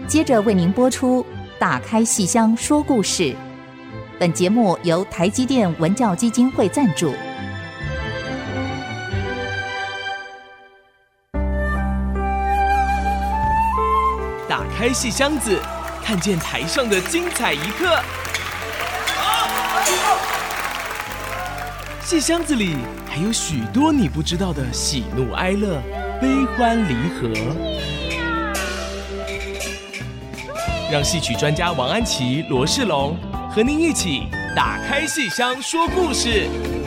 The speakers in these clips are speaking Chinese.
接着为您播出打开戏箱说故事。本节目由台积电文教基金会赞助。 打开戏箱子，看见台上的精彩一刻。戏箱子里还有许多你不知道的喜怒哀乐、悲欢离合。让戏曲专家王安琪、罗世龙和您一起打开戏箱说故事。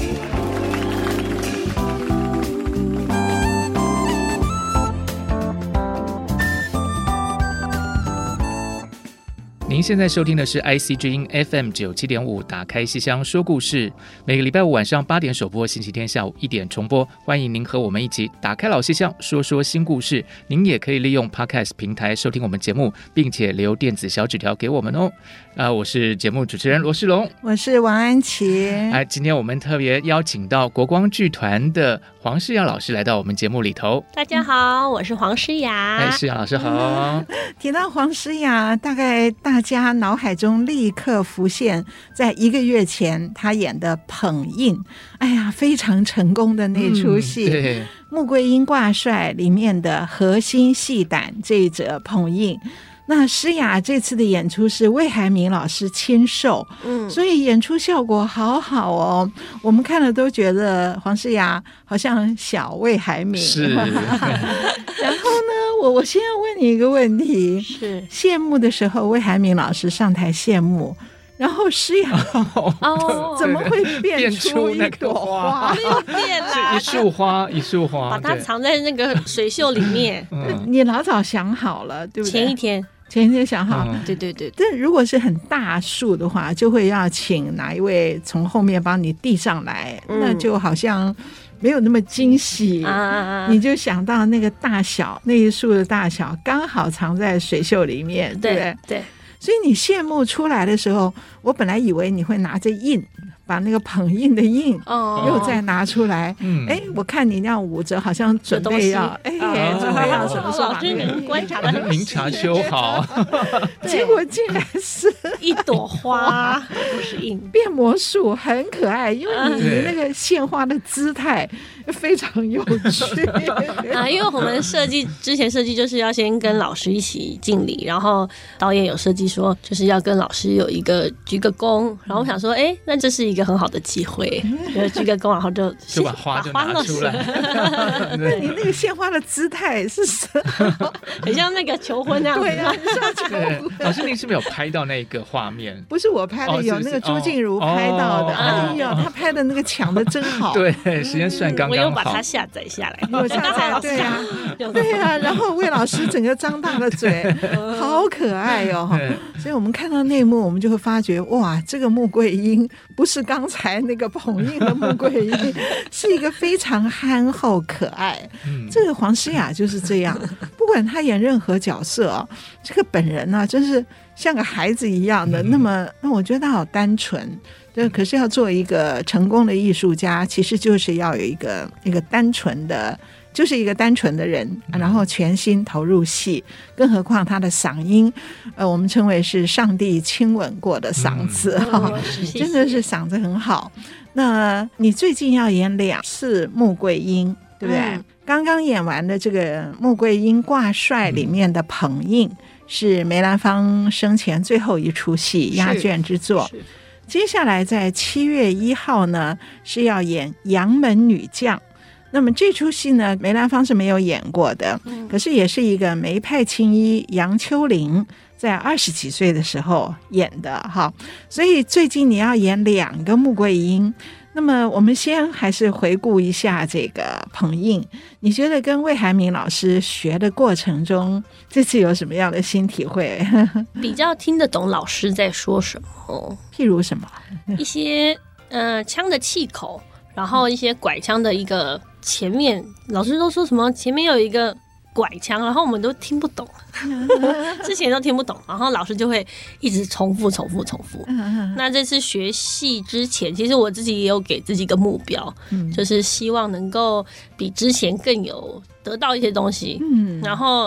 您现在收听的是 IC 之音 FM 97.5，打开戏箱说故事。每个礼拜五晚上8点首播，星期天下午1点重播。欢迎您和我们一起打开老戏箱，说说新故事。您也可以利用 Podcast 平台收听我们节目，并且留电子小纸条给我们哦。我是节目主持人罗世龙， 我是王安琪。 今天我们特别邀请到国光剧团的黄诗雅老师来到我们节目里头。 大家好，我是黄诗雅。 诗雅老师好。 提到黄诗雅，大概大家脑海中立刻浮现在1个月前她演的《捧印》，哎呀，非常成功的那出戏。 对， 穆桂英挂帅里面的核心戏胆这一则捧印。那诗雅这次的演出是魏海敏老师亲授，所以演出效果好好哦，我们看了都觉得黄诗雅好像小魏海敏。 是。 然后呢，我先要问你一个问题， 是谢幕的时候魏海敏老师上台谢幕，然后诗雅怎么会变出一朵花？ 没有变啦， 是一束花， 把它藏在那个水袖里面。 你老早想好了，对不对？前一天想好， 对。 但如果是很大树的话，就会要请哪一位从后面帮你递上来，那就好像没有那么惊喜。你就想到那个大小，那一束的大小刚好藏在水袖里面，对不对？ 对。 所以你谢幕出来的时候，我本来以为你会拿着印，把那个捧印的印又再拿出来。我看你那样捂着，好像准备要准备要什么时候把那个观察的明察修好。 结果竟然是一朵花，不是印。 变魔术很可爱，因为你的那个献花的姿态非常有趣。 因为我们之前设计就是要先跟老师一起敬礼，然后导演有设计说就是要跟老师有一个鞠个躬，然后我想说那这是一个很好的机会，鞠个躬，然后就把花就拿出来。 那你那个献花的姿态是什么？ 很像那个求婚那样子。 对啊，像求婚。 老师，您是不是有拍到那个画面？ 不是我拍的，有那个朱静茹拍到的。哎呦，他拍的那个抢的真好。 对，时间算刚刚好。 我有把它下载下来。 有下载，对啊，对啊。然后魏老师整个张大了嘴，好可爱哦。所以我们看到内幕，我们就会发觉，哇，这个穆桂英不是刚才那个捧印的穆桂英，是一个非常憨厚可爱。这个黄诗雅就是这样，不管她演任何角色这个本人呢，真是像个孩子一样的。那我觉得她好单纯。对，可是要做一个成功的艺术家，其实就是要有一个单纯的。就是一个单纯的人，然后全心投入戏，更何况他的嗓音，我们称为是上帝亲吻过的嗓子，真的是嗓子很好。那你最近要演2次穆桂英，对不对？刚刚演完的这个穆桂英挂帅里面的捧印，是梅兰芳生前最后一出戏，压卷之作。接下来在7月1号呢，是要演杨门女将。那么这出戏呢，梅兰芳是没有演过的，可是也是一个梅派青衣杨秋玲在20几岁的时候演的哈。所以最近你要演2个穆桂英，那么我们先还是回顾一下这个捧印。你觉得跟魏海敏老师学的过程中，这次有什么样的新体会？ 比较听得懂老师在说什么， 譬如什么？ 一些腔的气口，然后一些拐腔的一个前面，老师都说什么前面有一个拐腔，然后我们都听不懂，之前都听不懂，然后老师就会一直重复。那这次学戏之前，其实我自己也有给自己一个目标，就是希望能够比之前更有得到一些东西，然后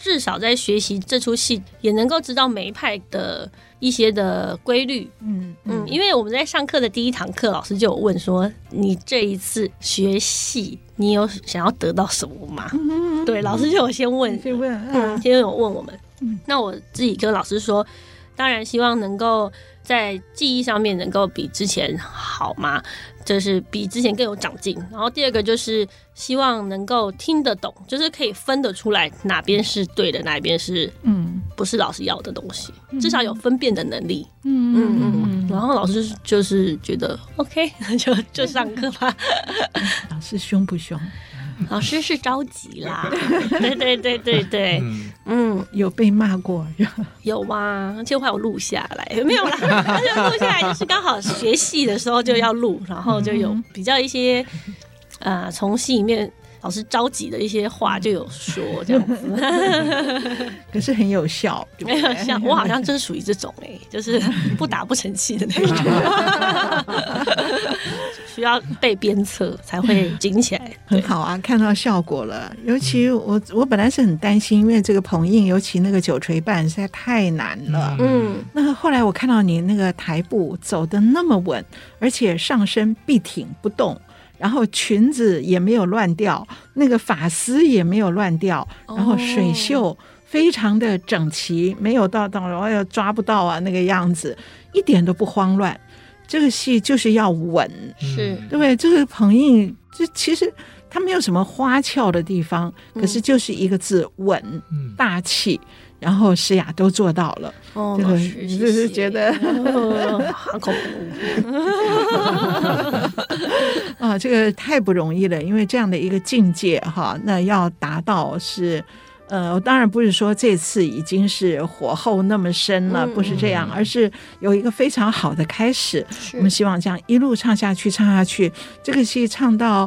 至少在学习这出戏也能够知道每一派的一些的规律。因为我们在上课的第一堂课，老师就有问说，你这一次学戏你有想要得到什么吗？对，老师就有先问，先有问我们。那我自己跟老师说，当然希望能够在记忆上面能够比之前好嘛，就是比之前更有长进。然后第二个就是希望能够听得懂，就是可以分得出来哪边是对的，哪边是不是老师要的东西，至少有分辨的能力。然后老师就是觉得 OK 就上课吧。 老师凶不凶？ 老师是着急啦。对， 有被骂过？ 有啊，而且我还有录下来，没有啦，而且录下来就是刚好学戏的时候就要录，然后就有比较一些从戏里面老师着急的一些话就有说这样子。 可是很有效， 没有效，我好像就是属于这种就是不打不成器的那种。需要被鞭策才会紧起来。 很好啊，看到效果了。尤其我本来是很担心，因为这个捧印，尤其那个九锤半实在太难了。那后来我看到你那个台步走得那么稳，而且上身必挺不动，然后裙子也没有乱掉，那个发丝也没有乱掉，然后水袖非常的整齐，没有到抓不到啊那个样子，一点都不慌乱。这个戏就是要稳， 是对不对？这个捧印，这其实它没有什么花俏的地方，可是就是一个字稳，大气。然后诗雅都做到了，这个就是觉得好恐怖啊，这个太不容易了，因为这样的一个境界哈，那要达到是。当然不是说这次已经是火候那么深了，不是这样，而是有一个非常好的开始。我们希望这样一路唱下去，这个戏唱到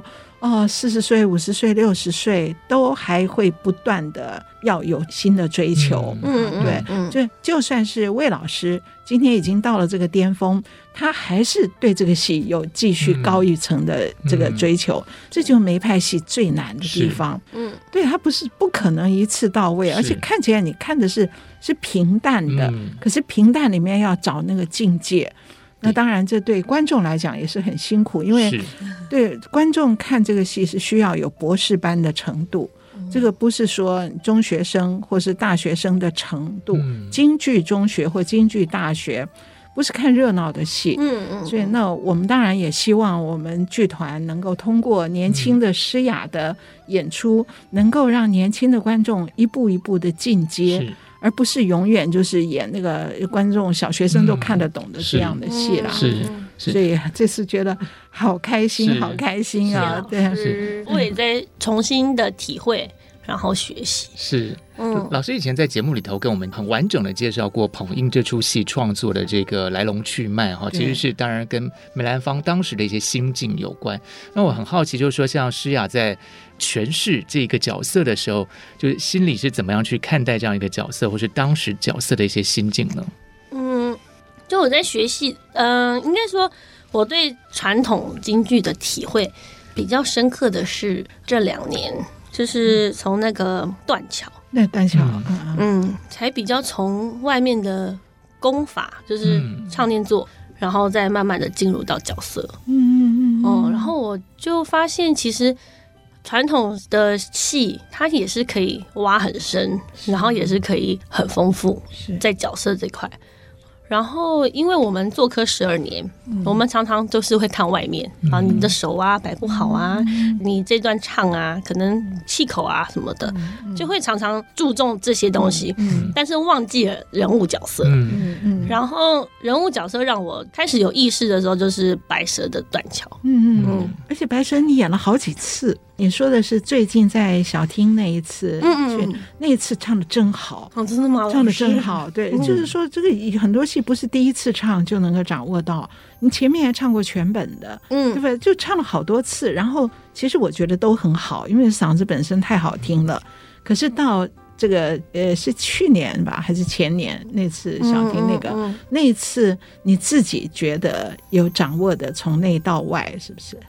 40岁、50岁、60岁都还会不断的要有新的追求。对，就算是魏老师今天已经到了这个巅峰，他还是对这个戏有继续高一层的这个追求，这就是梅派戏最难的地方。对，他不可能一次到位，而且看起来你看的是平淡的，可是平淡里面要找那个境界。那当然这对观众来讲也是很辛苦，因为对观众看这个戏是需要有博士班的程度，这个不是说中学生或是大学生的程度，京剧中学或京剧大学不是看热闹的戏。所以那我们当然也希望我们剧团能够通过年轻的诗雅的演出，能够让年轻的观众一步一步的进阶，而不是永远就是演那个观众小学生都看得懂的这样的戏啦。所以这次觉得好开心好开心啊。对， 我也在重新的体会然后学习。 是，老师以前在节目里头跟我们很完整的介绍过捧印这出戏创作的这个来龙去脉哈，其实是当然跟梅兰芳当时的一些心境有关。那我很好奇，就是说像诗雅在诠释这个角色的时候，就是心里是怎么样去看待这样一个角色，或是当时角色的一些心境呢？ 就我在学戏，应该说我对传统京剧的体会比较深刻的是这2年。就是从那个断桥，才比较从外面的功法，就是唱念做，然后再慢慢的进入到角色。然后我就发现，其实传统的戏它也是可以挖很深，然后也是可以很丰富，在角色这块。然后因为我们做科12年，我们常常就是会看外面啊，你的手啊摆不好啊，你这段唱啊可能气口啊什么的，就会常常注重这些东西，但是忘记了人物角色。然后人物角色让我开始有意识的时候，就是白蛇的断桥。 而且白蛇你演了好几次，你说的是最近在小厅那一次，那一次唱的真好。 真的吗？ 唱的真好。对，就是说这个很多戏不是第一次唱就能够掌握到，你前面还唱过全本的，对吧？就唱了好多次，然后其实我觉得都很好，因为嗓子本身太好听了。可是到这个是去年吧还是前年那次小厅那一次，你自己觉得有掌握的从内到外是不是？ 对，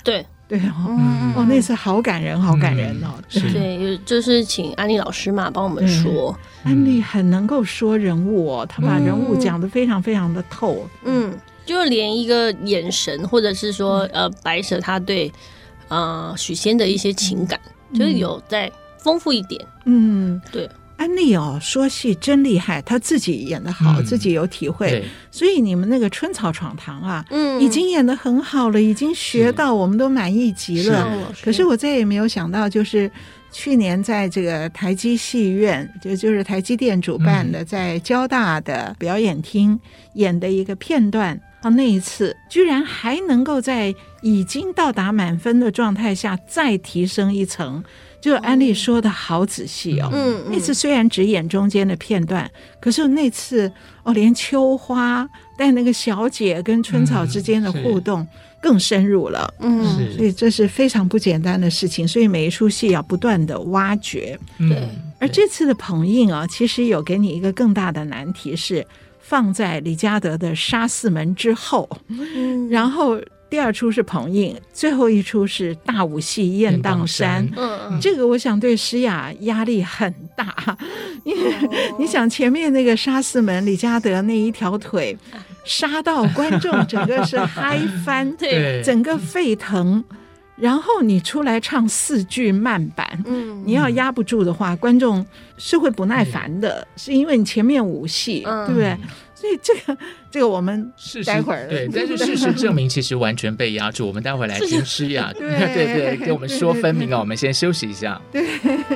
对哦，那次好感人，好感人哦。 对，就是请安利老师嘛帮我们说， 安利很能够说人物哦，他把人物讲得非常非常的透。 就连一个眼神，或者是说白蛇他对许仙的一些情感，就是有在丰富一点。对。 安利说戏真厉害，他自己演得好，自己有体会，所以你们那个春草闯堂啊，已经演得很好了，已经学到我们都满意极了。可是我再也没有想到，就是去年在这个台积戏院，就是台积电主办的，在交大的表演厅演的一个片段。那一次居然还能够在已经到达满分的状态下再提升一层，就安利说的好仔细哦。那次虽然只演中间的片段，可是那次连秋花但那个小姐跟春草之间的互动更深入了。所以这是非常不简单的事情，所以每一出戏要不断的挖掘。 对， 而这次的捧映其实有给你一个更大的难题，是放在李嘉德的杀四门之后，然后第二出是捧映，最后一出是大武戏雁荡山。这个我想对诗雅压力很大，因为你想前面那个杀四门，李嘉德那一条腿杀到观众整个是嗨翻， 对， 整个沸腾。然后你出来唱4句慢板，你要压不住的话，观众是会不耐烦的，是因为你前面武戏，对不对？所以这个我们待会儿对，但是事实证明其实完全被压住。我们待会儿来听诗雅，对，给我们说分明啊。我们先休息一下。 对。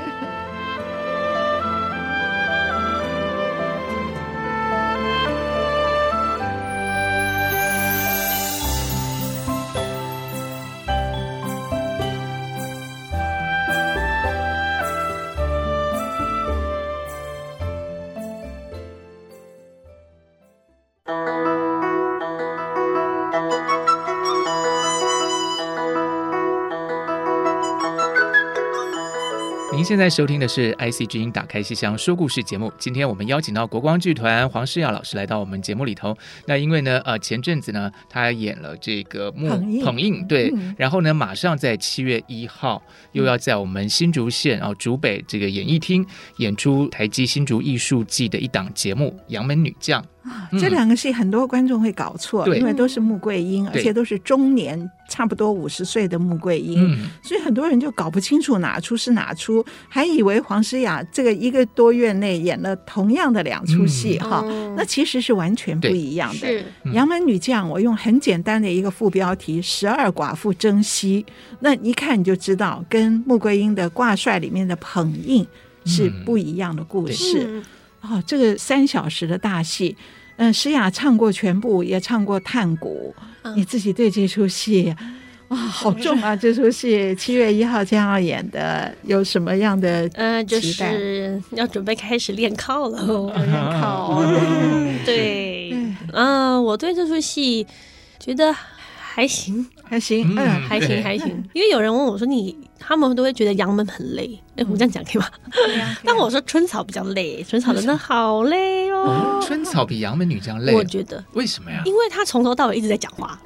您现在收听的是 IC 之音打开戏箱说故事节目。今天我们邀请到国光剧团黄诗雅老师来到我们节目里头。那因为呢前阵子呢他演了这个捧映，对，然后呢马上在7月1号又要在我们新竹县竹北这个演艺厅演出台积新竹艺术季的一档节目《杨门女将》。 这两个戏很多观众会搞错，因为都是穆桂英，而且都是中年差不多50岁的穆桂英，所以很多人就搞不清楚哪出是哪出，还以为黄诗雅这个1个多月内演了同样的2出戏那其实是完全不一样的。杨门女将我用很简单的一个副标题12寡妇征西，那一看你就知道跟穆桂英的挂帅里面的捧映是不一样的故事。这个3小时的大戏，诗雅唱过全部，也唱过探谷。你自己对这出戏好重啊！这出戏7月1号将要演的，有什么样的期待？ 就是要准备开始练靠了。 练靠， 对，我对这出戏觉得还行， 还行， 还行。因为有人问我说他们都会觉得杨门很累，我这样讲可以吗？但我说春草比较累，春草真的好累哦。 春草比杨门女将累， 我觉得。 为什么呀？ 因为他从头到尾一直在讲话。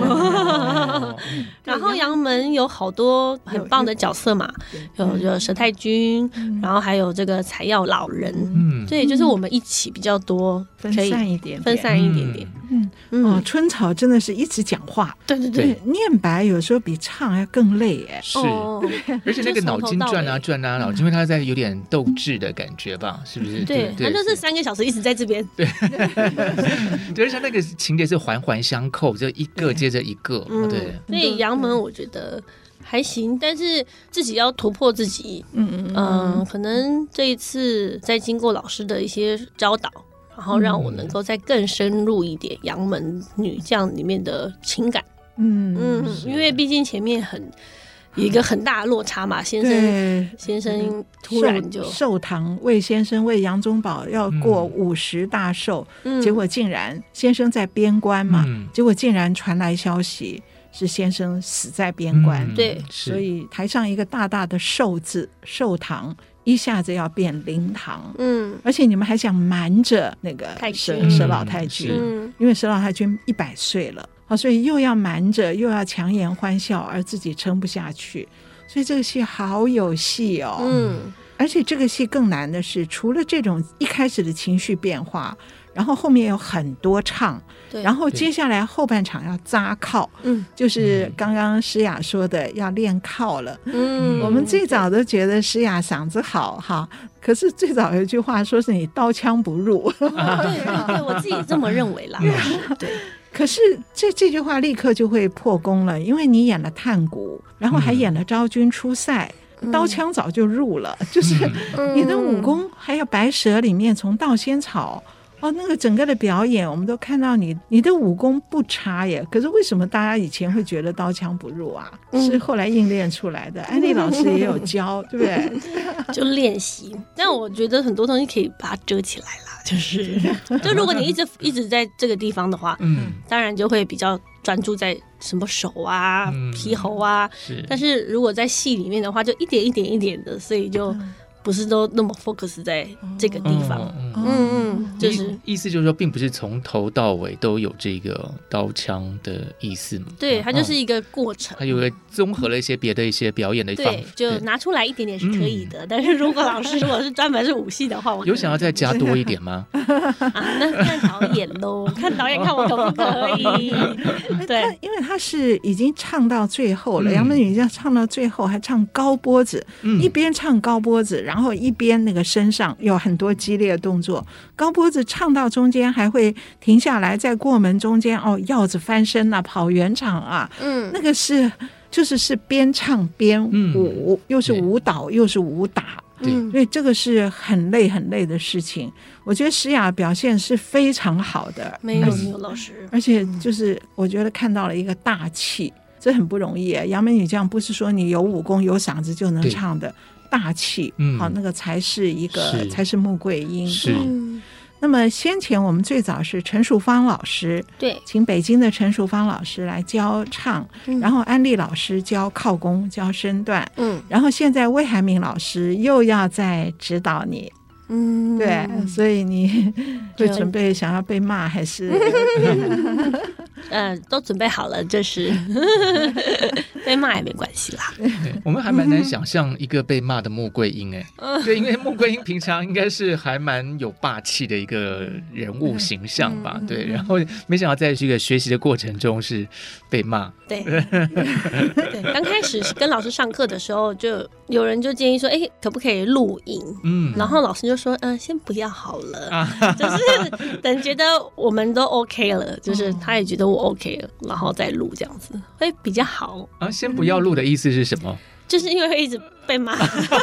然后杨门有好多很棒的角色嘛，有佘太君，然后还有这个采药老人，对，就是我们一起比较多， 分散一点点。春草真的是一直讲话， 对， 念白有时候比唱要更累是，而且那个脑筋转啊，脑筋，因为他在有点斗志的感觉吧，是不是？ 对，他就是3个小时一直在这边。对， 而且那个情节是环环相扣，就一个接着一个。对， 所以杨门我觉得还行，但是自己要突破自己。可能这一次在经过老师的一些教导，然后让我能够再更深入一点杨门女将里面的情感。因为毕竟前面有一个很大的落差嘛，先生突然就寿堂，魏先生为杨宗保要过50大寿，结果竟然先生在边关嘛，结果竟然传来消息是先生死在边关， 对， 所以台上一个大大的寿字，寿堂一下子要变灵堂，而且你们还想瞒着那个佘老太君，因为佘老太君100岁了好，所以又要瞒着，又要强颜欢笑，而自己撑不下去。所以这个戏好有戏哦。而且这个戏更难的是，除了这种一开始的情绪变化，然后后面有很多唱，然后接下来后半场要扎靠，就是刚刚诗雅说的要练靠了。我们最早都觉得诗雅嗓子好哈，可是最早有一句话说是你刀枪不入。 对，我自己这么认为啦。对。 可是这句话立刻就会破功了，因为你演了探谷，然后还演了昭君出塞，刀枪早就入了，就是你的武功还有白蛇里面从盗仙草那个整个的表演我们都看到你的武功不差耶，可是为什么大家以前会觉得刀枪不入啊？是后来硬练出来的。安利老师也有教，对不对？ 就练习，但我觉得很多东西可以把它遮起来啦，就如果你一直在这个地方的话，当然就会比较专注在什么手啊、皮喉啊，但是如果在戏里面的话，就一点一点一点的，所以就不是都那么 focus 在这个地方。就是意思就是说，并不是从头到尾都有这个刀枪的意思嘛。 对，它就是一个过程， 它有个综合了一些别的一些表演的方法， 对，就拿出来一点点是可以的。但是如果老师如果是专门是武戏的话，我有想要再加多一点吗？ 那看导演咯，看导演看我可不可以。对， 因为他是已经唱到最后了，杨门女将唱到最后还唱高脖子，一边唱高脖子，然后一边那个身上有很多激烈的动作。高脖子唱到中间还会停下来，在过门中间鹞子翻身啊，跑圆场啊，那个是边唱边舞，又是舞蹈又是武打，所以这个是很累很累的事情。我觉得诗雅表现是非常好的， 没有老师， 而且就是我觉得看到了一个大气，这很不容易啊。杨门女将不是说你有武功有嗓子就能唱的，大气，好，那个才是一个才是穆桂英。 是。 那么先前我们最早是陈淑芳老师， 对， 请北京的陈淑芳老师来教唱，然后安利老师教靠功教身段，然后现在魏涵明老师又要再指导你。对，所以你会准备想要被骂还是？ 都准备好了，就是被骂也没关系啦。 我们还蛮难想象一个被骂的穆桂英对，因为穆桂英平常应该是还蛮有霸气的一个人物形象吧，对，然后没想到在这个学习的过程中是被骂。 对，刚开始跟老师上课的时候，就有人就建议说，可不可以录影？然后老师就说，先不要好了，就是等觉得我们都 OK 了，就是他也觉得我 OK 了，然后再录这样子会比较好。 先不要录的意思是什么？ 就是因为会一直被骂。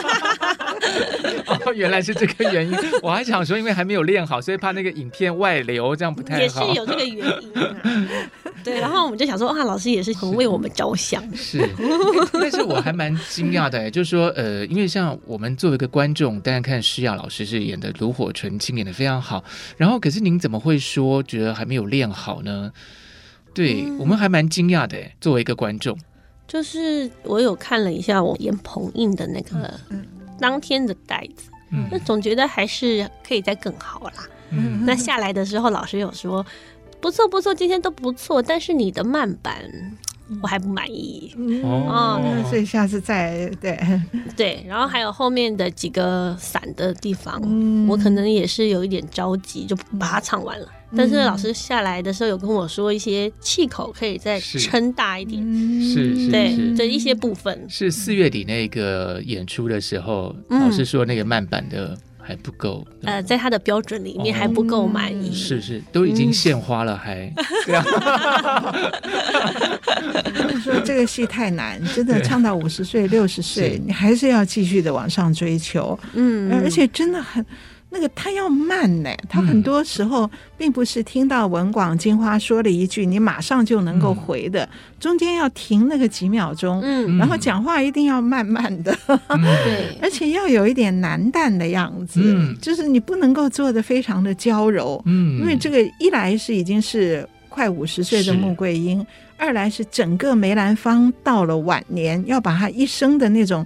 原来是这个原因。我还想说，因为还没有练好，所以怕那个影片外流，这样不太好。 也是有这个原因对，然后我们就想说，老师也是很为我们着想。 是，但是我还蛮惊讶的，就是说，因为像我们作为一个观众，当然看诗雅老师是演的炉火纯青，演得非常好。然后，可是您怎么会说觉得还没有练好呢？对，我们还蛮惊讶的，作为一个观众。 就是我有看了一下我演彭映的那个当天的带子，那总觉得还是可以再更好啦。那下来的时候，老师有说不错不错，今天都不错，但是你的慢板我还不满意。 所以下次再对，然后还有后面的几个散的地方，我可能也是有一点着急，就把它唱完了。但是老师下来的时候有跟我说一些气口可以再撑大一点， 是对，这一些部分是4月底那个演出的时候，老师说那个慢板的还不够， 在他的标准里面还不够满意， 是都已经献花了，还对啊。 说这个戏太难，真的唱到50岁、60岁，你还是要继续的往上追求，而且真的很。那个他要慢呢，他很多时候并不是听到文广金花说了一句你马上就能够回的，中间要停那个几秒钟，然后讲话一定要慢慢的， 对， 而且要有一点难淡的样子，就是你不能够做得非常的娇柔，因为这个一来是已经是快50岁的穆桂英，二来是整个梅兰芳到了晚年，要把她一生的那种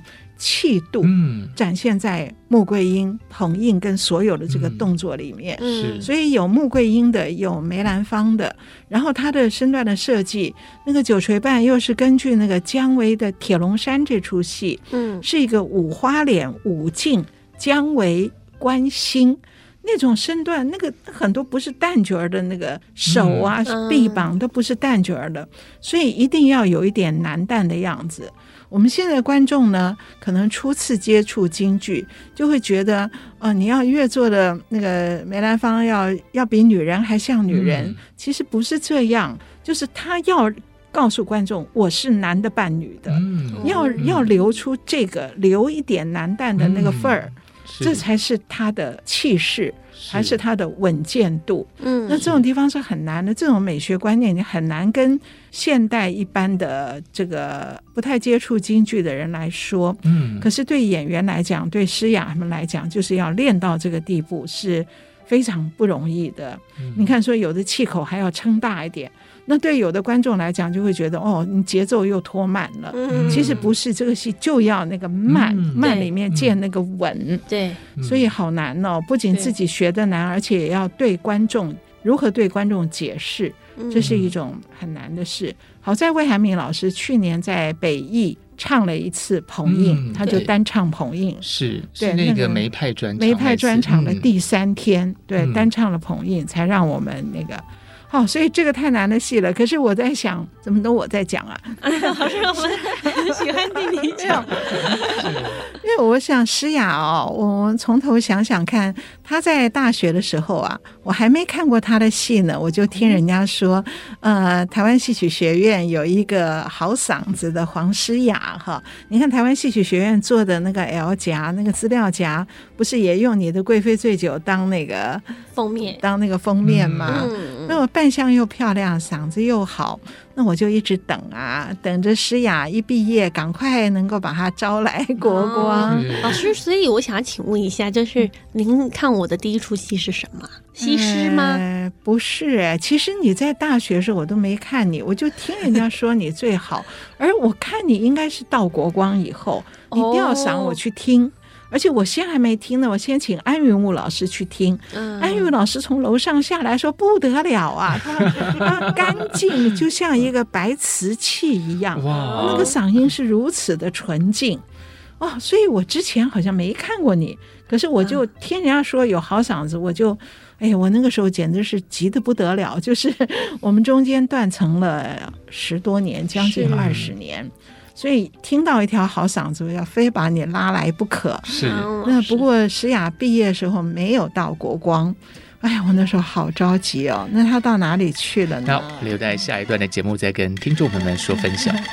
气度展现在穆桂英捧印跟所有的这个动作里面。所以有穆桂英的，有梅兰芳的，然后他的身段的设计，那个九锤半又是根据那个姜维的《铁笼山》这出戏，是一个五花脸五镜姜维关心那种身段，那个很多不是旦角的那个手啊、臂膀都不是旦角的，所以一定要有一点男旦的样子。我们现在的观众呢，可能初次接触京剧，就会觉得你要越做的那个梅兰芳要比女人还像女人，其实不是这样，就是他要告诉观众我是男的扮女的，要留出这个留一点男旦的那个份儿，这才是他的气势，还是他的稳健度。那这种地方是很难的，这种美学观念你很难跟现代一般的这个不太接触京剧的人来说。可是对演员来讲，对诗雅他们来讲，就是要练到这个地步是非常不容易的。你看说有的气口还要撑大一点，那对有的观众来讲就会觉得你节奏又拖慢了。其实不是，这个戏就要那个慢里面见那个稳。对，所以好难不仅自己学得难，而且也要对观众如何对观众解释，这是一种很难的事。好在魏海敏老师去年在北艺唱了一次捧印，他就单唱捧印，是那个梅派专场的第3天，对，单唱了捧印，才让我们那个所以这个太难的戏了。可是我在想，怎么都我在讲啊？ 好像我们很喜欢听你讲， 因为我想诗雅我从头想想看，她在大学的时候啊，我还没看过她的戏呢，我就听人家说，台湾戏曲学院有一个好嗓子的黄诗雅哈。你看台湾戏曲学院做的那个 L 夹那个资料夹，不是也用你的贵妃醉酒当那个封面吗？那我扮相又漂亮，嗓子又好，那我就一直等着诗雅一毕业赶快能够把她招来国光。 老师，所以我想请问一下，就是您看我的第一出戏是什么？西施吗？ 不是，其实你在大学的时候我都没看你，我就听人家说你最好而我看你应该是到国光以后，你调赏我去听，而且我先还没听呢，我先请安云雾老师去听。安云雾老师从楼上下来说不得了啊，他干净就像一个白瓷器一样，那个嗓音是如此的纯净所以我之前好像没看过你，可是我就听人家说有好嗓子，我就我那个时候简直是急得不得了，就是我们中间断层了10多年，将近20年，所以听到一条好嗓子，我要非把你拉来不可。那不过诗雅毕业的时候没有到国光，我那时候好着急那他到哪里去了呢？ 那留在下一段的节目再跟听众朋友们说分享。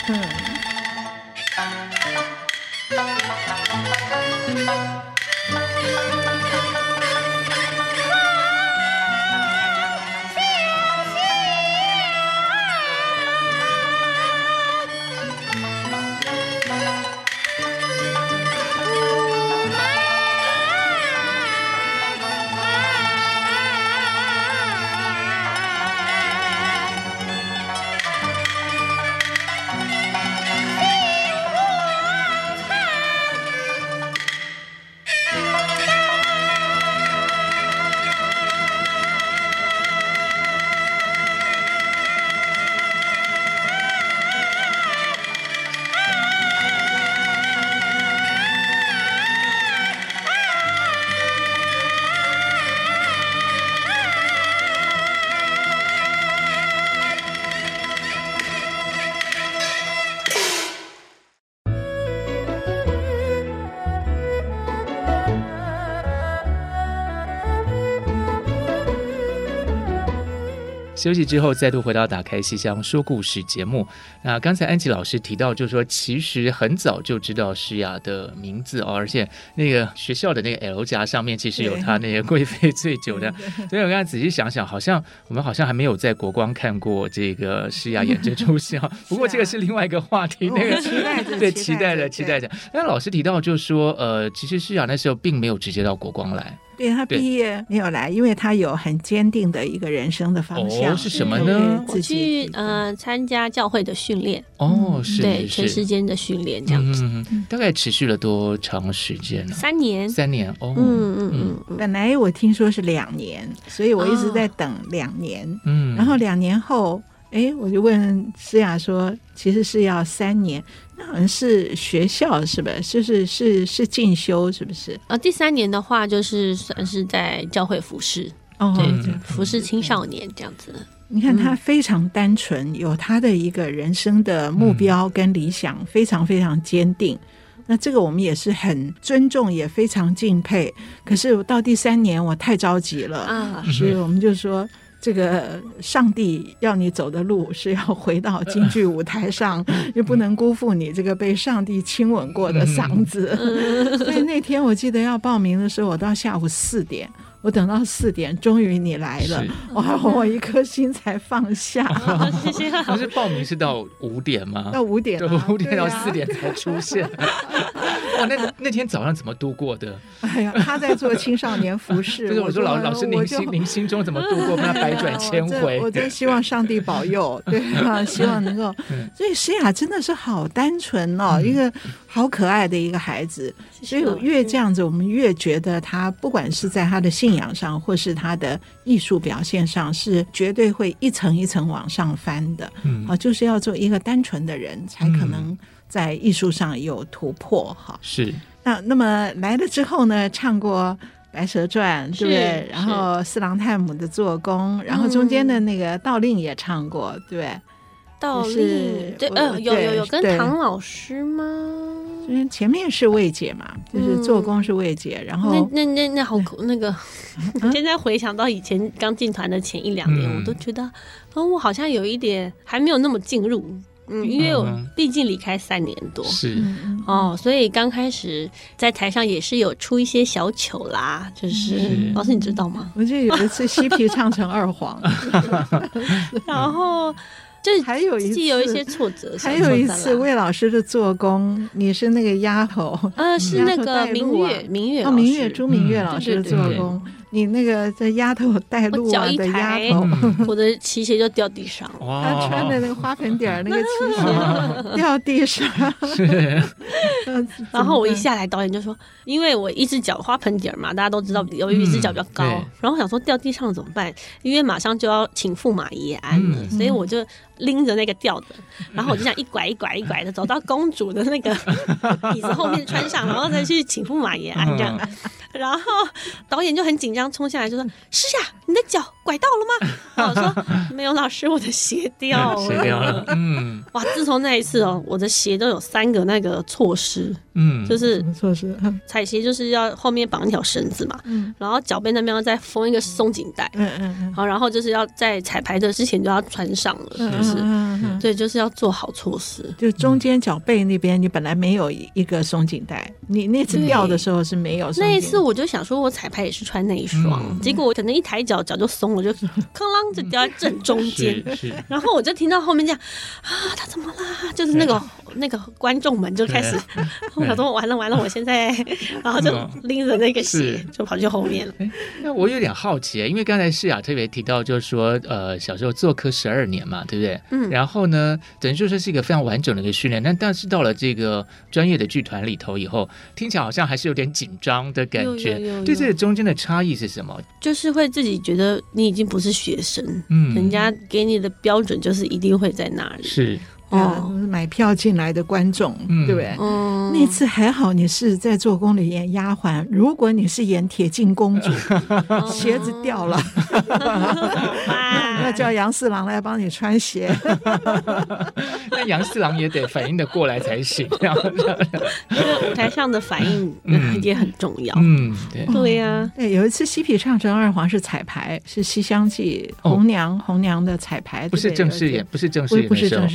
休息之后再度回到打开戏箱说故事节目。那刚才安琪老师提到，就是说其实很早就知道诗雅的名字而且那个学校的那个 L 夹上面其实有她那个贵妃醉酒的。所以我刚才仔细想想，我们好像还没有在国光看过这个诗雅演这出戏不过这个是另外一个话题，那个期待着。那老师提到就是说其实诗雅那时候并没有直接到国光来。 对，他毕业没有来，因为他有很坚定的一个人生的方向。 是什么呢？ 我去参加教会的训练。 是， 对，全时间的训练这样子。 大概持续了多长时间呢 ？3年。 3年哦。 本来我听说是2年，所以我一直在等2年。然后2年后，我就问诗雅说，其实是要3年。那好像是学校是不是？是进修是不是？ 第3年的话，就是算是在教会服侍。对，服侍青少年这样子。 你看他非常单纯，有他的一个人生的目标跟理想，非常非常坚定。那这个我们也是很尊重，也非常敬佩。可是到第3年，我太着急了所以我们就说，这个上帝要你走的路是要回到京剧舞台上，又不能辜负你这个被上帝亲吻过的嗓子。所以那天我记得要报名的时候，我到下午4点。我等到4点，终于你来了，我一颗心才放下。 谢谢。 可是报名是到5点吗？ 到5点， 对，5点到4点才出现。那天早上怎么度过的？ 哎呀，他在做青少年服饰。 就是我说老师，您心中怎么度过那百转千回？ 我真希望上帝保佑，对啊，希望能够。所以诗雅真的是好单纯哦，一个好可爱的一个孩子。所以越这样子，我们越觉得他不管是在他的信仰上，或是他的艺术表现上，是绝对会一层一层往上翻的。就是要做一个单纯的人，才可能在艺术上有突破哈。 是。 那么来了之后呢，唱过《白蛇传》，对不对？然后四郎探母的做工，然后中间的那个道令也唱过，对不对？ 道令，对，有跟唐老师吗？ 前面是魏姐嘛，就是做工是魏姐，然后那好那个，现在回想到以前刚进团的前1-2年，我都觉得，我好像有一点还没有那么进入。因为我毕竟离开3年多， 是所以刚开始在台上也是有出一些小糗啦，就是老师你知道吗？ 我记得有一次嬉皮唱成2黄， 然后就是还有一次有一些挫折， 还有一次魏老师的做工，你是那个丫头， 是那个明月朱明月老师的做工。你那个在丫头带路啊的丫头， 我的旗鞋就掉地上， 她穿的那个花盆底儿那个旗鞋掉地上。 然后我一下来，导演就说，因为我一只脚花盆底儿嘛，大家都知道有一只脚比较高，然后我想说掉地上怎么办？因为马上就要请驸马爷安了，所以我就拎着那个吊的，然后我就这样一拐一拐一拐的走到公主的那个椅子后面穿上，然后再去请驸马爷安这样。然后导演就很紧张冲下来就说，诗雅你的脚拐到了吗？然后我说没有老师，我的鞋掉了。哇，自从那一次我的鞋都有3个那个措施。就是措施， 踩鞋就是要后面绑一条绳子嘛，然后脚背那边要再封一个松紧带，好，然后就是要在彩排的之前就要穿上了，就是对，就是要做好措施。 就中间脚背那边你本来没有一个松紧带，你那次掉的时候是没有松紧带。 那一次我就想说我彩排也是穿那一双，结果我可能一抬脚就松了，就哐啷就掉在正中间，然后我就听到后面这样他怎么啦？就是那个观众们就开始。我想说完了，我现在，然后就拎着那个鞋就跑去后面了。 那我有点好奇，因为刚才诗雅特别提到，就是说，小时候做科12年嘛，对不对？然后呢，等于说是一个非常完整的一个训练，但是到了这个专业的剧团里头以后，听起来好像还是有点紧张的感觉。对这个中间的差异是什么？ 就是会自己觉得你已经不是学生，人家给你的标准就是一定会在那里。 是。 买票进来的观众，对不对？那次还好你是在做工里演丫鬟，如果你是演铁镜公主，鞋子掉了，那叫杨四郎来帮你穿鞋。 那杨四郎也得反应得过来才行，因为舞台上的反应也很重要。对呀。 对，有一次嬉皮唱成2黄是彩排，是《西厢记》红娘的彩排， 不是正式演，不是正式演出。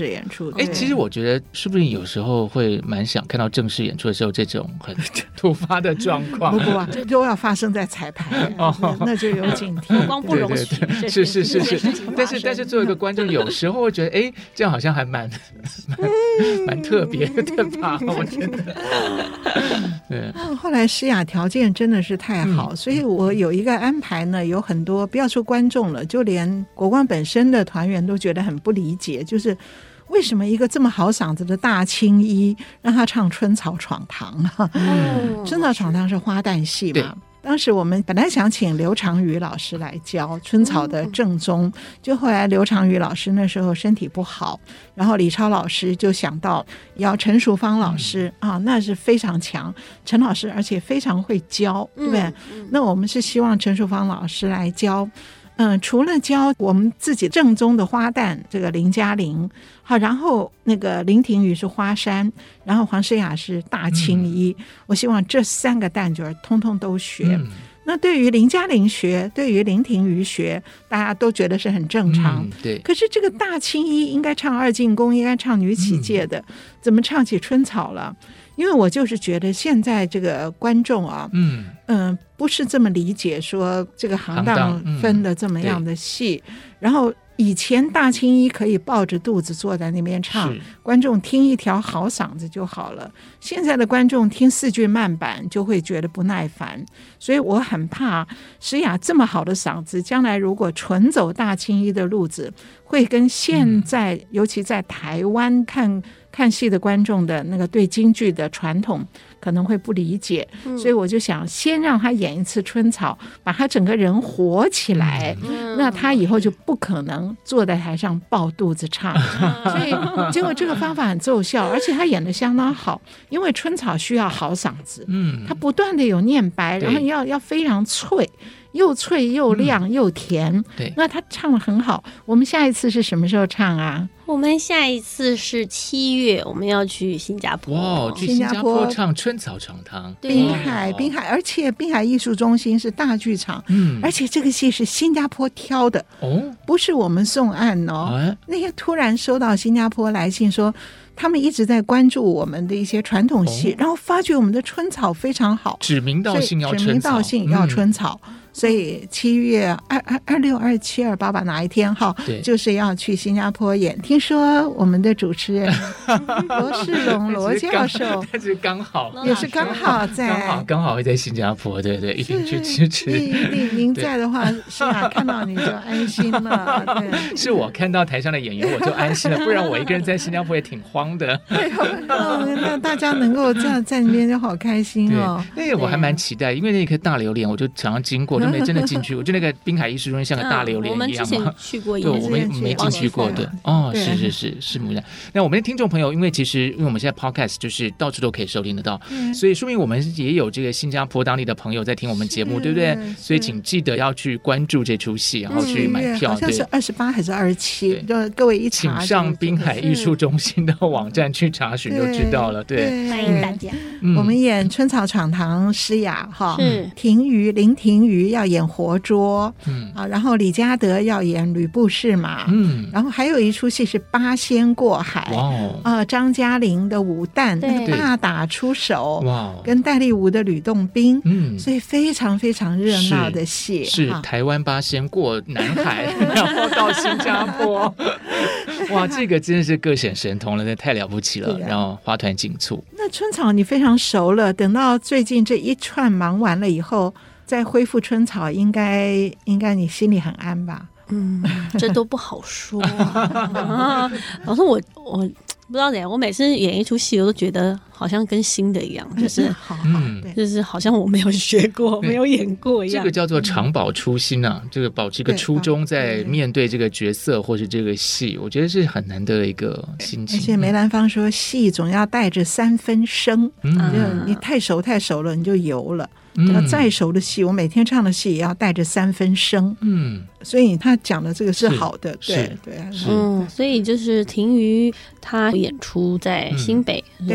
术。 其实我觉得是不是有时候会蛮想看到正式演出的时候这种很突发的状况？ 不啊，这都要发生在彩排，那就有警惕， 光不容许。 是，但是作为一个观众，有时候会觉得，这样好像还蛮特别的吧？我觉得。对。 后来诗雅条件真的是太好，所以我有一个安排呢，有很多不要说观众了，就连国光本身的团员都觉得很不理解，就是为什么一个这么好嗓子的大青衣让他唱《春草闯堂》啊？春草闯堂是花旦戏嘛。当时我们本来想请刘长宇老师来教春草的正宗，就后来刘长宇老师那时候身体不好，然后李超老师就想到要陈淑芳老师啊，那是非常强，陈老师而且非常会教，对不对？那我们是希望陈淑芳老师来教。除了教我们自己正宗的花旦这个林嘉玲，好，然后那个林庭瑜是花山，然后黄诗雅是大青衣，我希望这3个旦角通通都学。那对于林嘉玲学，对于林庭瑜学，大家都觉得是很正常。 对。 可是这个大青衣应该唱二进宫，应该唱女起介的，怎么唱起春草了？因为我就是觉得现在这个观众啊，不是这么理解说这个行当分的这么样的细，然后以前大青衣可以抱着肚子坐在那边唱，观众听一条好嗓子就好了。现在的观众听4句慢板就会觉得不耐烦，所以我很怕诗雅这么好的嗓子，将来如果纯走大青衣的路子，会跟现在尤其在台湾看戏的观众的那个对京剧的传统可能会不理解，所以我就想先让他演一次春草，把他整个人活起来，那他以后就不可能坐在台上抱肚子唱。所以结果这个方法很奏效，而且他演得相当好，因为春草需要好嗓子，他不断的有念白，然后要非常脆，又脆又亮又甜，那他唱得很好。我们下一次是什么时候唱啊？ 我们下一次是7月，我们要去新加坡。 哇，去新加坡唱《春草闯堂》。 滨海，而且滨海艺术中心是大剧场，而且这个戏是新加坡挑的，不是我们送案哦。那天突然收到新加坡来信说，他们一直在关注我们的一些传统戏，然后发觉我们的春草非常好， 指名道姓要春草。所以7月26、27、28吧，哪一天哈，就是要去新加坡演。听说我们的主持人罗世龙罗教授， 他是刚好也是刚好在刚好会在新加坡，对，一定去支持。 您在的话，诗雅看到你就安心了。对， 是我看到台上的演员我就安心了，不然我一个人在新加坡也挺慌的。 那大家能够这样在那边就好开心哦。 那个我还蛮期待，因为那颗大榴莲我就常常经过。没真的进去，我就那个滨海艺术中心像个大榴莲一样嘛。 我们之前去过， 对，我们没进去过的。是木然。那我们的听众朋友，因为我们现在 podcast 就是到处都可以收听得到，所以说明我们也有这个新加坡当地的朋友在听我们节目，对不对？所以请记得要去关注这出戏，然后去买票。 好像是28还是27，就各位一查， 请上滨海艺术中心的网站去查询就知道了。对， 欢迎大家。 我们演春草闯堂，诗雅哈，林庭瑜要演活捉，然后李嘉德要演吕布试马，然后还有一出戏是八仙过海，张嘉玲的武旦那个大打出手，跟戴立武的吕洞宾，所以非常非常热闹的戏， 是台湾八仙过南海，然后到新加坡，哇，这个真的是各显神通了，那太了不起了，然后花团锦簇。 那春草你非常熟了，等到最近这一串忙完了以后再恢复春草，应该你心里很安吧？ 这都不好说。老师，我不知道怎样，我每次演一出戏，我都觉得好像跟新的一样，就是就是好像我没有学过、没有演过一样。 这个叫做常保初心啊，这个保持一个初衷，在面对这个角色或是这个戏，我觉得是很难得的一个心情。 而且梅兰芳说，戏总要带着3分生，你太熟了，你就油了。要再熟的戏，我每天唱的戏也要带着3分生。所以他讲的这个是好的，对。 所以就是庭瑜他演出在新北，我也会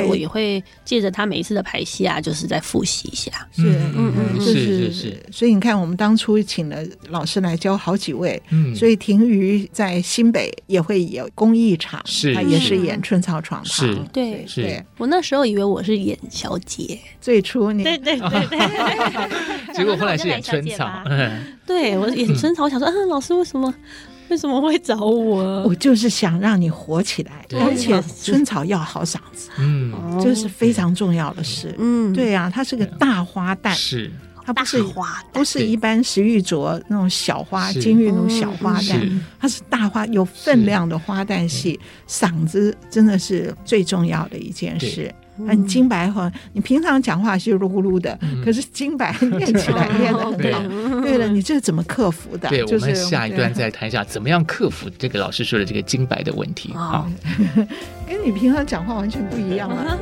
会借着他每一次的排戏啊，就是再复习一下。 是， 所以你看，我们当初请了老师来教好几位，所以庭瑜在新北也会有公益场，他也是演春草闯堂， 对， 是。 我那时候以为我是演小姐， 最初你对， 结果后来是演春草， 对我演春草，我想说，老师为什么会找我？ 我就是想让你活起来，而且春草要好嗓子，这是非常重要的事。对啊，它是个大花旦， 是。 它不是一般石玉镯那种小花金玉那种小花旦，它是大花有分量的花旦戏，嗓子真的是最重要的一件事。很金白话，你平常讲话是噜噜的，可是金白念起来念得很好。对了，你这怎么克服的？ 对，我们下一段再谈一下怎么样克服这个老师说的这个金白的问题。好， 跟你平常讲话完全不一样啊。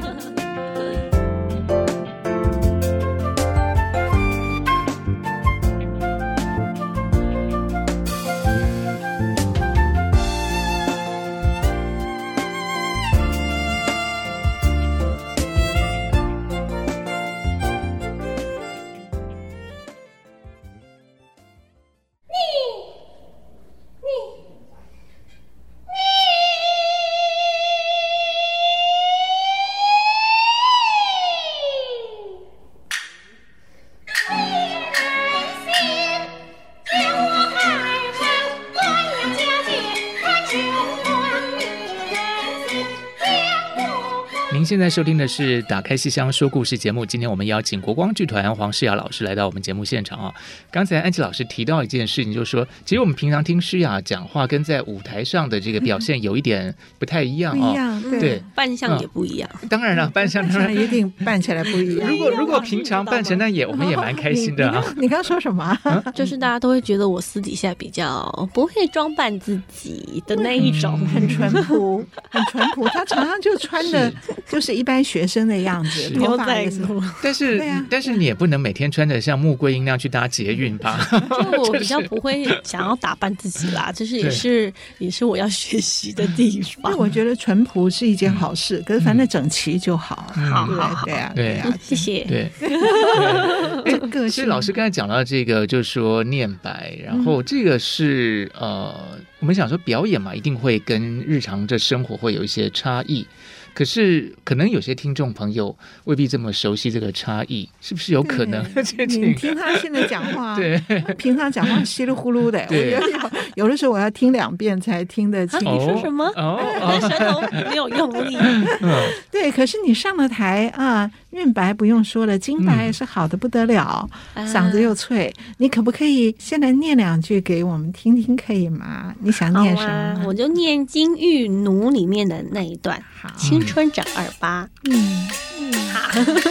现在收听的是打开戏箱说故事节目，今天我们邀请国光剧团黄诗雅老师来到我们节目现场啊。刚才安琪老师提到一件事情，就是说其实我们平常听诗雅讲话跟在舞台上的这个表现有一点不太一样不一样， 对， 扮相也不一样。 当然了，扮相当然一定扮起来不一样。 如果平常扮成那我们也蛮开心的啊。 你刚刚说什么？ 就是大家都会觉得我私底下比较不会装扮自己的那一种， 很淳朴，很淳朴。他常常就穿的就是一般学生的样子， 牛仔裤。 但是你也不能每天穿着像穆桂英那样去搭捷运吧？ 就我比较不会想要打扮自己啦，这是也是我要学习的地方。 因为我觉得淳朴是一件好事，可是反正整齐就好。 好， 对啊， 谢谢。 对，所以老师刚才讲到这个，就是说念白，然后这个是我们想说表演嘛，一定会跟日常的生活会有一些差异。可是可能有些听众朋友未必这么熟悉这个差异，是不是有可能？ 你听他现在讲话， 对， 平常讲话稀里呼噜的，我觉得有的时候我要听2遍才听得清。 你说什么？舌头没有用力。 对，可是你上了台啊，韵白不用说了，金白是好的不得了，嗓子又脆。你可不可以现在念2句给我们听听，可以吗？你想念什么？ 我就念《金玉奴》里面的那一段。 好。 青春长28，好。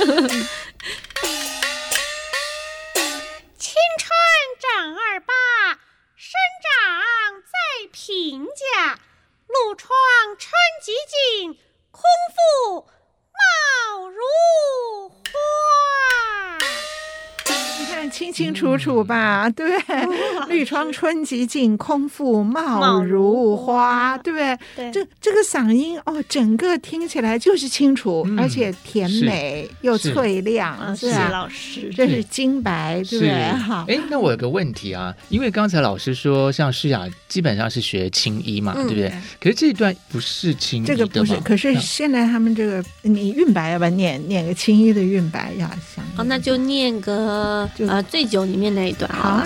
青春长28，生长在平家，陆窗春极尽，空腹貌如花。 你看清清楚楚吧，对不对？绿窗春极尽，空腹貌如花，对不对？这个嗓音整个听起来就是清楚，而且甜美又脆亮， 是啊，老师， 这是金白，对不对？好， 那我有个问题啊，因为刚才老师说，像诗雅基本上是学青衣嘛，对不对？可是这一段不是青衣的吗？ 这个不是，可是现在他们这个，你韵白要不要念个青衣的韵白？要想那就念个醉酒里面那一段好。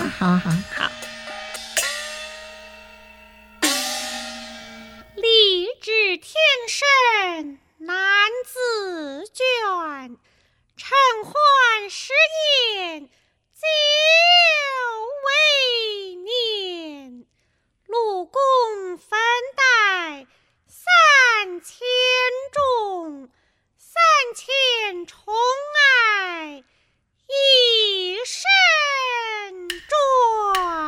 立志天生男子卷，承欢10年久未念，陆公分带3000重，3000宠爱一身壮。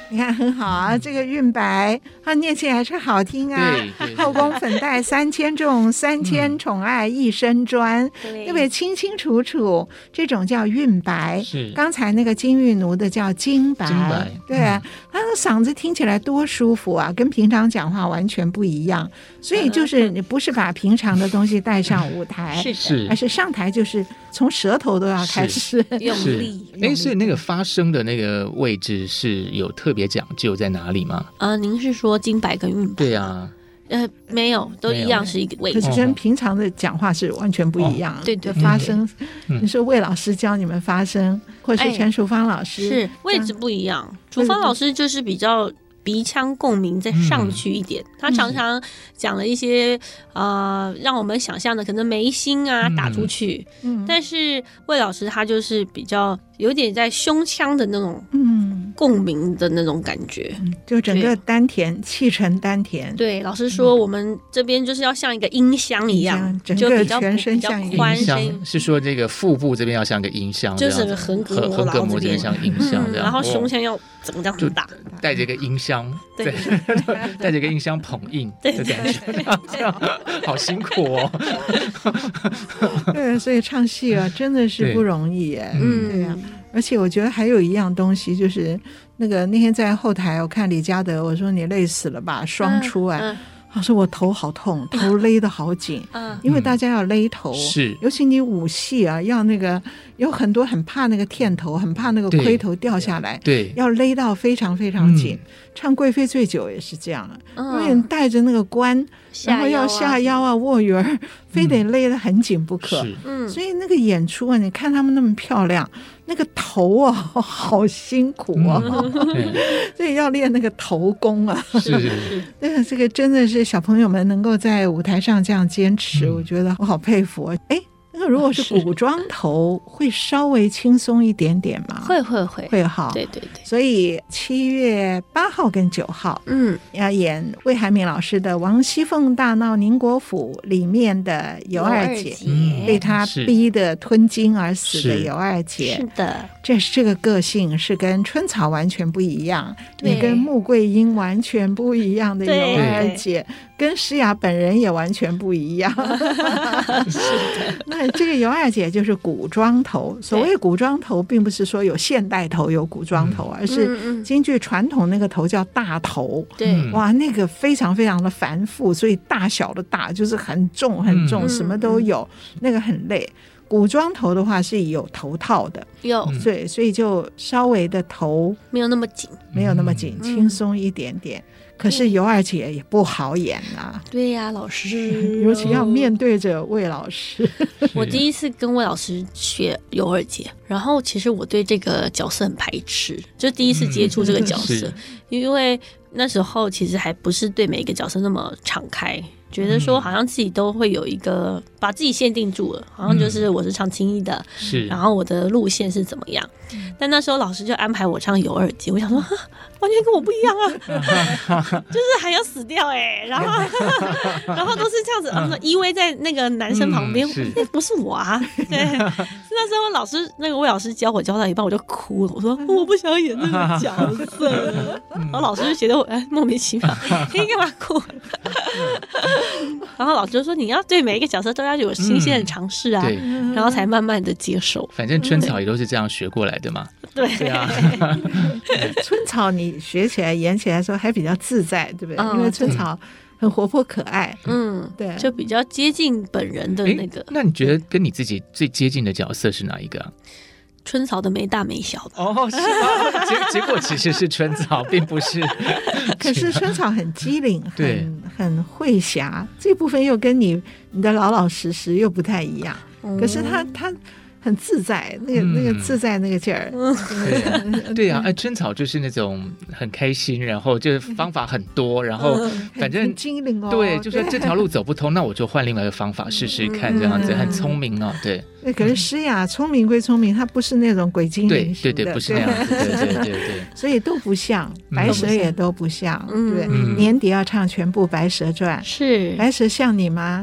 你看很好啊，这个韵白它念起来是好听啊。 对， 后宫粉黛3000重，3000宠爱一身专，对不对？清清楚楚，这种叫韵白。 是刚才那个金玉奴的叫金白，对啊，他的嗓子听起来多舒服啊，跟平常讲话完全不一样。所以就是你不是把平常的东西带上舞台， 是而是上台就是从舌头都要开始用力。 所以那个发声的那个位置是有特别讲究在哪里吗？ 您是说金白跟韵白？ 对啊， 没有，都一样是一个位置， 可是跟平常的讲话是完全不一样。 对对， 发声，你说魏老师教你们发声，或是陈淑芳老师， 是位置不一样。淑芳老师就是比较鼻腔共鸣再上去一点，他常常讲了一些让我们想象的可能眉心啊打出去，但是魏老师他就是比较有点在胸腔的那种共鸣的那种感觉， 就整个丹田气沉丹田。 对，老师说我们这边就是要像一个音箱一样， 整个全身像一个宽音箱，是说这个腹部这边要像个音箱， 就是个横膈膜这边像音箱这样， 然后胸腔要整个这样很大， 带着一个音箱，对，带着一个音箱捧印的感觉，这样好辛苦哦。 对，所以唱戏啊，真的是不容易耶。对呀。而且我觉得还有一样东西，就是那天在后台我看李嘉德，我说你累死了吧，双出来。他说我头好痛，头勒得好紧，因为大家要勒头， 是， 尤其你舞戏啊，要那个有很多很怕那个片头，很怕那个盔头掉下来， 对， 要勒到非常非常紧。唱《贵妃醉酒》也是这样，因为你带着那个冠，然后要下腰啊、卧圆儿，非得勒得很紧不可。所以那个演出啊，你看他们那么漂亮，那个头啊，好辛苦啊，所以要练那个头功啊。是，这个真的是小朋友们能够在舞台上这样坚持，我觉得我好佩服。哎。那如果是古装头，会稍微轻松一点点吗？会哈。 对。 所以7月8号跟9号，要演魏海敏老师的《王熙凤大闹宁国府》里面的尤二姐，被她逼得吞金而死的尤二姐。 是的， 这个个性是跟春草完全不一样，你跟穆桂英完全不一样的尤二姐，跟诗雅本人也完全不一样。是的。那这个尤二姐就是古装头，所谓古装头并不是说有现代头有古装头，而是京剧传统那个头叫大头。 对， 哇，那个非常非常的繁复，所以大小的大就是很重很重，什么都有，那个很累。古装头的话是有头套的，所以就稍微的头没有那么紧， 轻松一点点。可是尤二姐也不好演啊。 对呀，老师， 尤其要面对着魏老师。 我第一次跟魏老师学尤二姐，然后其实我对这个角色很排斥，就第一次接触这个角色，因为那时候其实还不是对每一个角色那么敞开，觉得说好像自己都会有一个把自己限定住了，好像就是我是唱青衣的，然后我的路线是怎么样。但那时候老师就安排我唱尤二姐，我想说完全跟我不一样啊，就是还要死掉然后都是这样子，然后依偎在那个男生旁边，那不是我啊。对，那时候老师那个魏老师教到一半我就哭了，我说我不想演这个角色，然后老师就觉得我莫名其妙，你干嘛哭？然后老师就说你要对每一个角色都要有新鲜的尝试啊，然后才慢慢的接受。 反正春草也都是这样学过来的嘛。 对啊， 春草你学起来演起来的时候还比较自在，对不对？因为春草很活泼可爱，对， 就比较接近本人的那个。 那你觉得跟你自己最接近的角色是哪一个啊？ 春草的没大没小的是吗？结果其实是春草，并不是。 可是春草很机灵，很会侠，这部分又跟你的老老实实又不太一样。可是他很自在，那个自在那个劲儿。 对啊，春草就是那种很开心，然后就是方法很多，然后反正很精灵哦。 对，就说这条路走不通，那我就换另外一个方法试试看，这样子很聪明哦。对。 可是诗雅聪明归聪明，她不是那种鬼精灵型的， 对，不是那样子，对， 所以都不像，白蛇也都不像，对。年底要唱全部《白蛇传》， 是白蛇像你吗？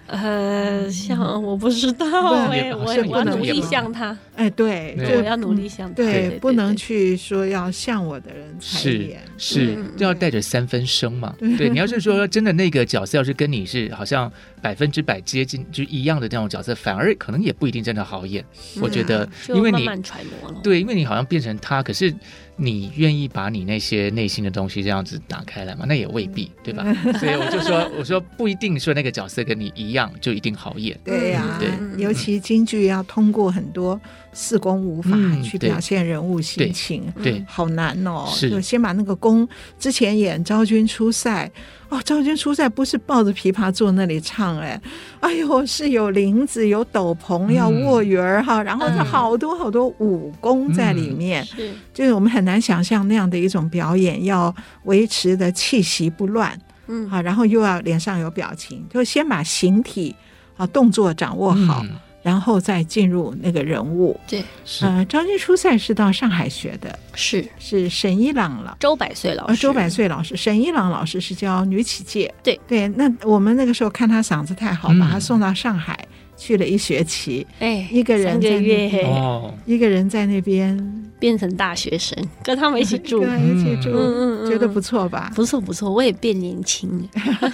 像我不知道我要努力像他。 对， 我要努力像他。 对，不能去说要像我的人才演， 是要带着3分声嘛。对，你要是说真的那个角色要是跟你是好像100%接近就一样的那种角色，反而可能也不一定真的好演。我觉得，因为你慢慢揣摩了。 对，因为你好像变成他，可是你愿意把你那些内心的东西这样子打开来吗？那也未必，对吧？所以我说不一定说那个角色跟你一样就一定好演。 对呀，尤其京剧要通过很多4功5法去表现人物心情， 对， 好难哦。就先把那个功，之前演昭君出塞。昭君出塞不是抱着琵琶坐那里唱，哎呦，是有铃子有斗篷要握圆哈，然后好多好多武功在里面，就是我们很难想象那样的一种表演要维持的气息不乱，然后又要脸上有表情，就先把形体动作掌握好，然后再进入那个人物。 对， 昭君出塞是到上海学的，是沈一郎老周百岁老师， 周百岁老师，沈一郎老师是教女起介。 对， 那我们那个时候看他嗓子太好，把他送到上海去了1学期，一个人在 3个月， 一个人在那边变成大学生，跟他们一起住， 觉得不错吧？ 不错，我也变年轻，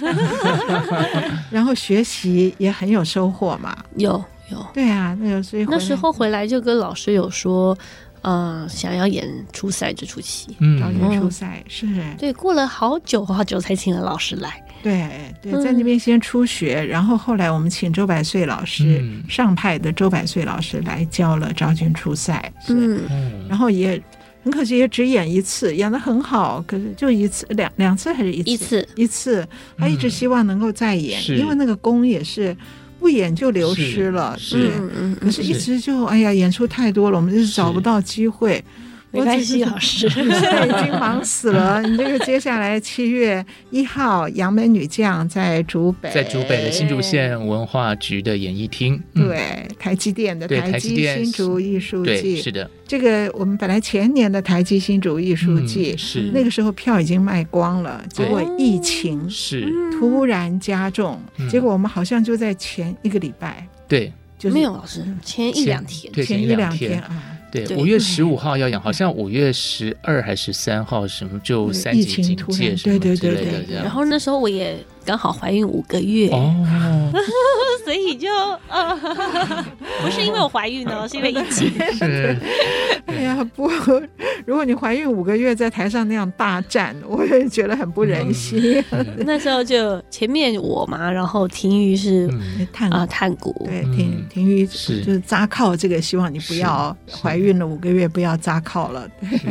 然后学习也很有收获嘛， 有。 对啊， 那时候回来就跟老师有说，想要演出塞这出戏， 昭君出塞是。 对，过了好久才请了老师来。 对，在那边先初学，然后后来我们请周百岁老师，上派的周百岁老师来教了昭君出塞，然后也很可惜也只演1次，演得很好，可是就1次两次还是1次？一次，他一直希望能够再演，因为那个功也是。不演就流失了，可是一直就演出太多了，我们就是找不到机会。 没关系，老师现在已经忙死了。你这个接下来7月1号，杨门女将在竹北的新竹县文化局的演艺厅， 对，台积电的台积新竹艺术季， 是的。 这个我们本来前年的台积新竹艺术季，那个时候票已经卖光了，结果疫情突然加重，结果我们好像就在前1个礼拜， 对， 没有老师，前1-2天， 前1-2天啊。 对，5月15号要演，好像5月12还是13号什么就3级警戒什么之类的这样。 然后那时候我也刚好怀孕5个月，所以就不是因为我怀孕哦，是因为疫情。 哎呀，如果你怀孕5个月在台上那样大战，我也觉得很不忍心。 那时候就前面我嘛，然后婷瑜是探骨， 对，婷瑜就是扎靠这个，希望你不要怀孕了5个月不要扎靠了。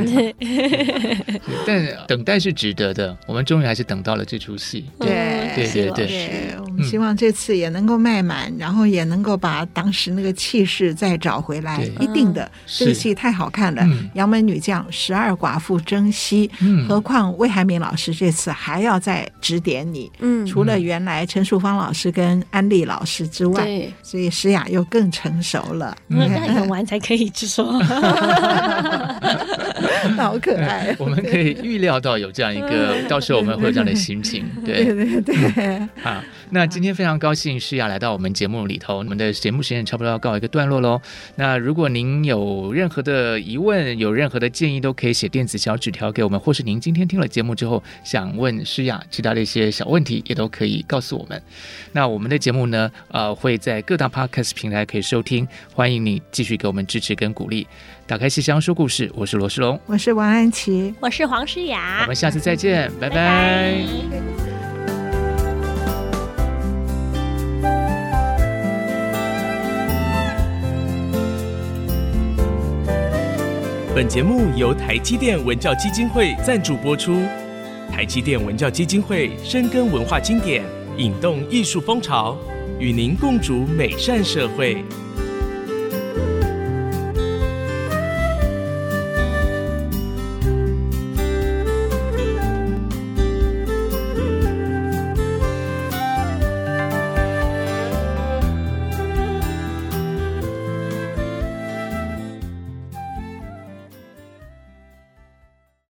但等待是值得的，我们终于还是等到了这出戏。 对，我们希望这次也能够卖满，然后也能够把当时那个气势再找回来。一定的，这个戏太好看了，杨门女将12寡妇征西，何况魏海敏老师这次还要再指点你，除了原来陈淑芳老师跟安利老师之外，所以诗雅又更成熟了。 那演完才可以说， 好可爱。 我们可以预料到有这样一个，到时候我们会有这样的心情。对。好，那今天非常高兴诗雅来到我们节目里头，我们的节目时间差不多要告一个段落咯。那如果您有任何的疑问，有任何的建议，都可以写电子小纸条给我们，或是您今天听了节目之后想问诗雅其他的一些小问题，也都可以告诉我们。那我们的节目呢，会在各大 podcast 平台可以收听，欢迎你继续给我们支持跟鼓励。打开戏箱说故事，我是罗世龙， 我是王安琪， 我是黄诗雅， 我们下次再见，拜拜。 本节目由台积电文教基金会赞助播出。台积电文教基金会深耕文化经典，引动艺术风潮，与您共筑美善社会。